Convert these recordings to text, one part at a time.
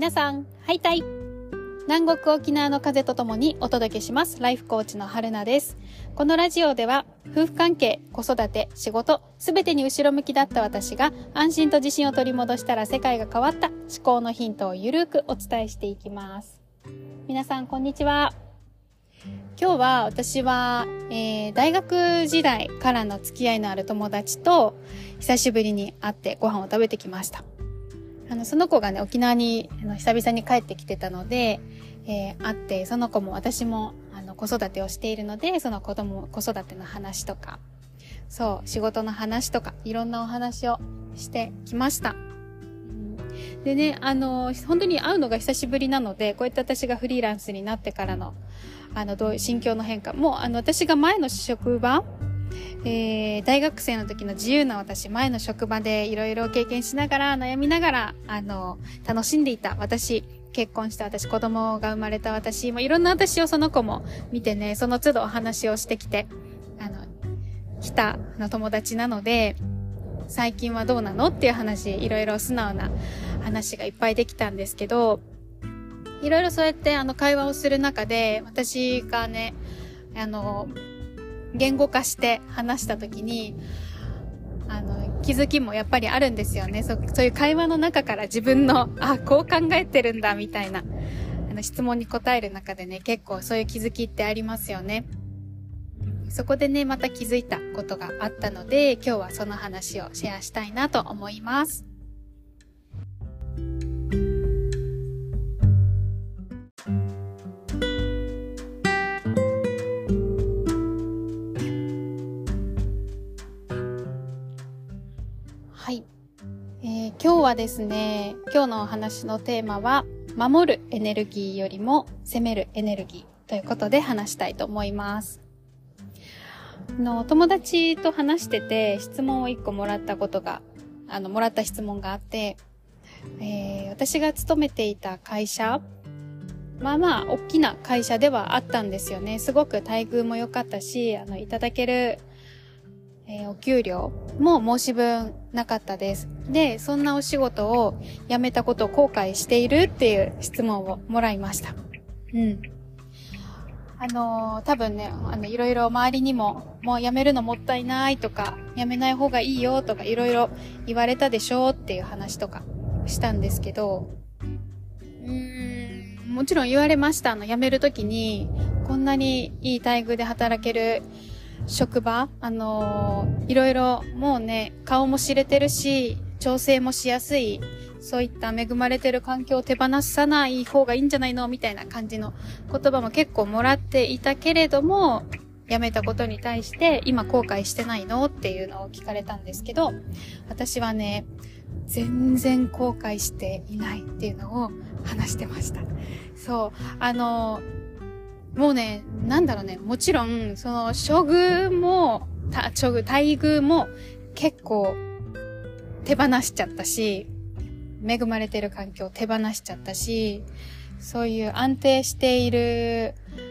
皆さん、ハイタイ。南国沖縄の風とともにお届けします。ライフコーチの春菜です。このラジオでは、夫婦関係、子育て、仕事、すべてに後ろ向きだった私が安心と自信を取り戻したら世界が変わった思考のヒントをゆるくお伝えしていきます。皆さん、こんにちは。今日は私は、大学時代からの付き合いのある友達と久しぶりに会ってご飯を食べてきました。その子がね、沖縄に久々に帰ってきてたので、会って、その子も私も子育てをしているので、その子育ての話とか、そう、仕事の話とか、いろんなお話をしてきました。でね、本当に会うのが久しぶりなので、こうやって私がフリーランスになってからの、どういう心境の変化も、私が前の職場、大学生の時の自由な私、前の職場でいろいろ経験しながら、悩みながら、楽しんでいた私、結婚した私、子供が生まれた私、もいろんな私をその子も見てね、その都度お話をしてきて、来た友達なので、最近はどうなのっていう話、いろいろ素直な話がいっぱいできたんですけど、いろいろそうやって会話をする中で、私がね、言語化して話したときに、気づきもやっぱりあるんですよね。そういう会話の中から自分の、こう考えてるんだ、みたいな、質問に答える中でね、結構そういう気づきってありますよね。そこでね、また気づいたことがあったので、今日はその話をシェアしたいなと思います。はい。今日はですね、今日のお話のテーマは、守るエネルギーよりも攻めるエネルギーということで話したいと思います。友達と話してて質問を1個もらった質問があって、私が勤めていた会社、大きな会社ではあったんですよね。すごく待遇も良かったし、いただけるお給料も申し分なかったです。で、そんなお仕事を辞めたことを後悔しているっていう質問をもらいました。多分ね、いろいろ周りにも、もう辞めるのもったいないとか、辞めない方がいいよとか、いろいろ言われたでしょっていう話とかしたんですけど、もちろん言われました。辞めるときに、こんなにいい待遇で働ける職場、いろいろもうね、顔も知れてるし、調整もしやすい、そういった恵まれてる環境を手放さない方がいいんじゃないのみたいな感じの言葉も結構もらっていたけれども、辞めたことに対して今後悔してないのっていうのを聞かれたんですけど、私はね、全然後悔していないっていうのを話してました。そう、もうね、もちろん、その、待遇も結構手放しちゃったし、恵まれてる環境を手放しちゃったし、そういう安定している、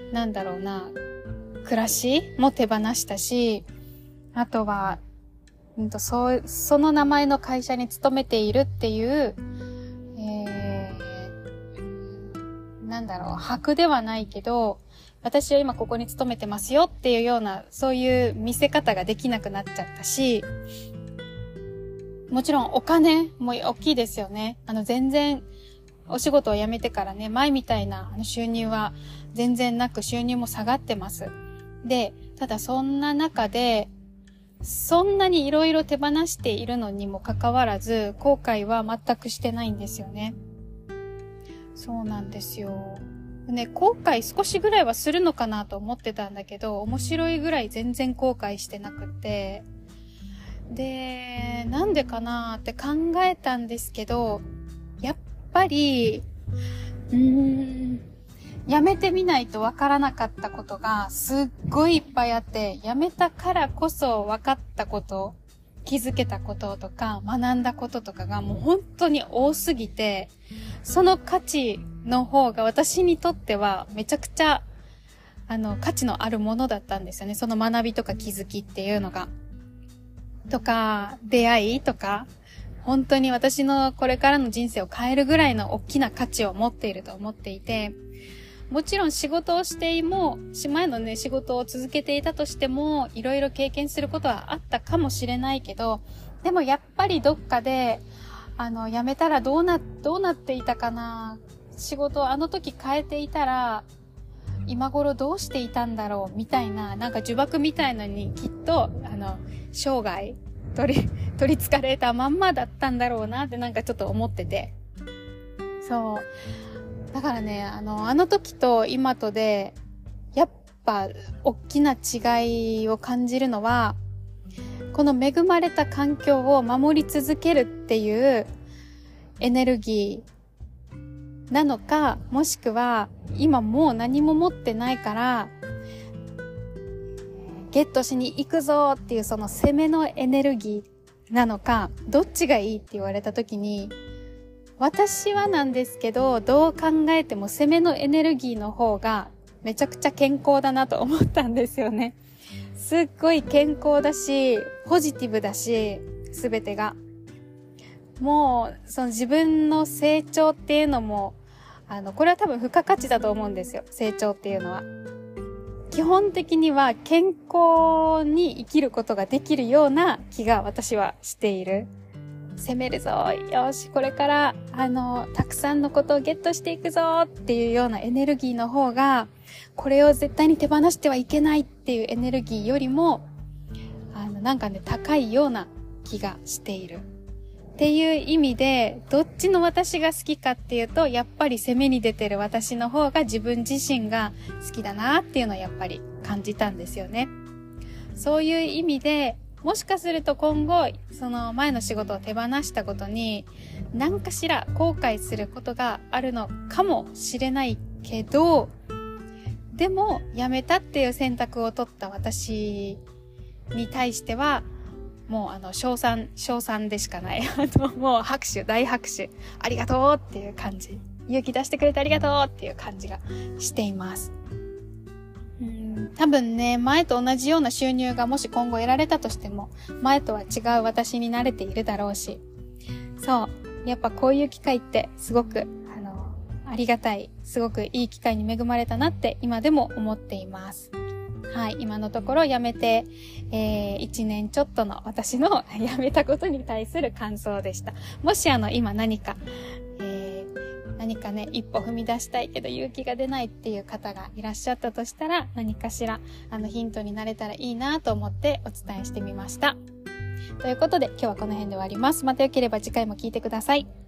暮らしも手放したし、あとは、その名前の会社に勤めているっていう、箔ではないけど、私は今ここに勤めてますよっていうような、そういう見せ方ができなくなっちゃったし、もちろんお金も大きいですよね。全然お仕事を辞めてからね、前みたいな収入は全然なく収入も下がってます。で、ただそんな中で、そんなにいろいろ手放しているのにもかかわらず、後悔は全くしてないんですよね。そうなんですよ。ね、後悔少しぐらいはするのかなと思ってたんだけど、面白いぐらい全然後悔してなくて、で、なんでかなって考えたんですけど、やっぱり、やめてみないとわからなかったことがすっごいいっぱいあって、やめたからこそ分かったこと、気づけたこととか学んだこととかがもう本当に多すぎて、その価値の方が私にとってはめちゃくちゃ価値のあるものだったんですよね。その学びとか気づきっていうのが。とか、出会いとか、 本当に私のこれからの人生を変えるぐらいの大きな価値を持っていると思っていて、もちろん仕事をしても、前のね、仕事を続けていたとしても、いろいろ経験することはあったかもしれないけど、でもやっぱりどっかで、辞めたらどうなっていたかな。仕事をあの時変えていたら、今頃どうしていたんだろうみたいな、なんか呪縛みたいのにきっと、生涯取り憑かれたまんまだったんだろうなってなんかちょっと思ってて。そう。だからね、あの時と今とで、やっぱ、大きな違いを感じるのは、この恵まれた環境を守り続けるっていうエネルギーなのか、もしくは今もう何も持ってないからゲットしに行くぞっていうその攻めのエネルギーなのか、どっちがいいって言われた時に、私はなんですけど、どう考えても攻めのエネルギーの方がめちゃくちゃ健康だなと思ったんですよね。すっごい健康だし、ポジティブだし、すべてが。もう、その自分の成長っていうのも、これは多分付加価値だと思うんですよ。成長っていうのは。基本的には健康に生きることができるような気が私はしている。攻めるぞ。よし、これから、たくさんのことをゲットしていくぞっていうようなエネルギーの方が、これを絶対に手放してはいけないっていうエネルギーよりも、なんかね、高いような気がしている。っていう意味で、どっちの私が好きかっていうと、やっぱり攻めに出てる私の方が自分自身が好きだなっていうのをやっぱり感じたんですよね。そういう意味で、もしかすると今後、その前の仕事を手放したことに、何かしら後悔することがあるのかもしれないけど、でも辞めたっていう選択を取った私に対しては、もう称賛でしかない。もう拍手、大拍手、ありがとうっていう感じ。勇気出してくれてありがとうっていう感じがしています。多分ね、前と同じような収入がもし今後得られたとしても、前とは違う私に慣れているだろうし、そう、やっぱこういう機会ってすごく、ありがたい、すごくいい機会に恵まれたなって今でも思っています。はい、今のところ辞めて、1年ちょっとの私の辞めたことに対する感想でした。もし今何かね、一歩踏み出したいけど勇気が出ないっていう方がいらっしゃったとしたら、何かしらヒントになれたらいいなと思ってお伝えしてみました。ということで今日はこの辺で終わります。またよければ次回も聞いてください。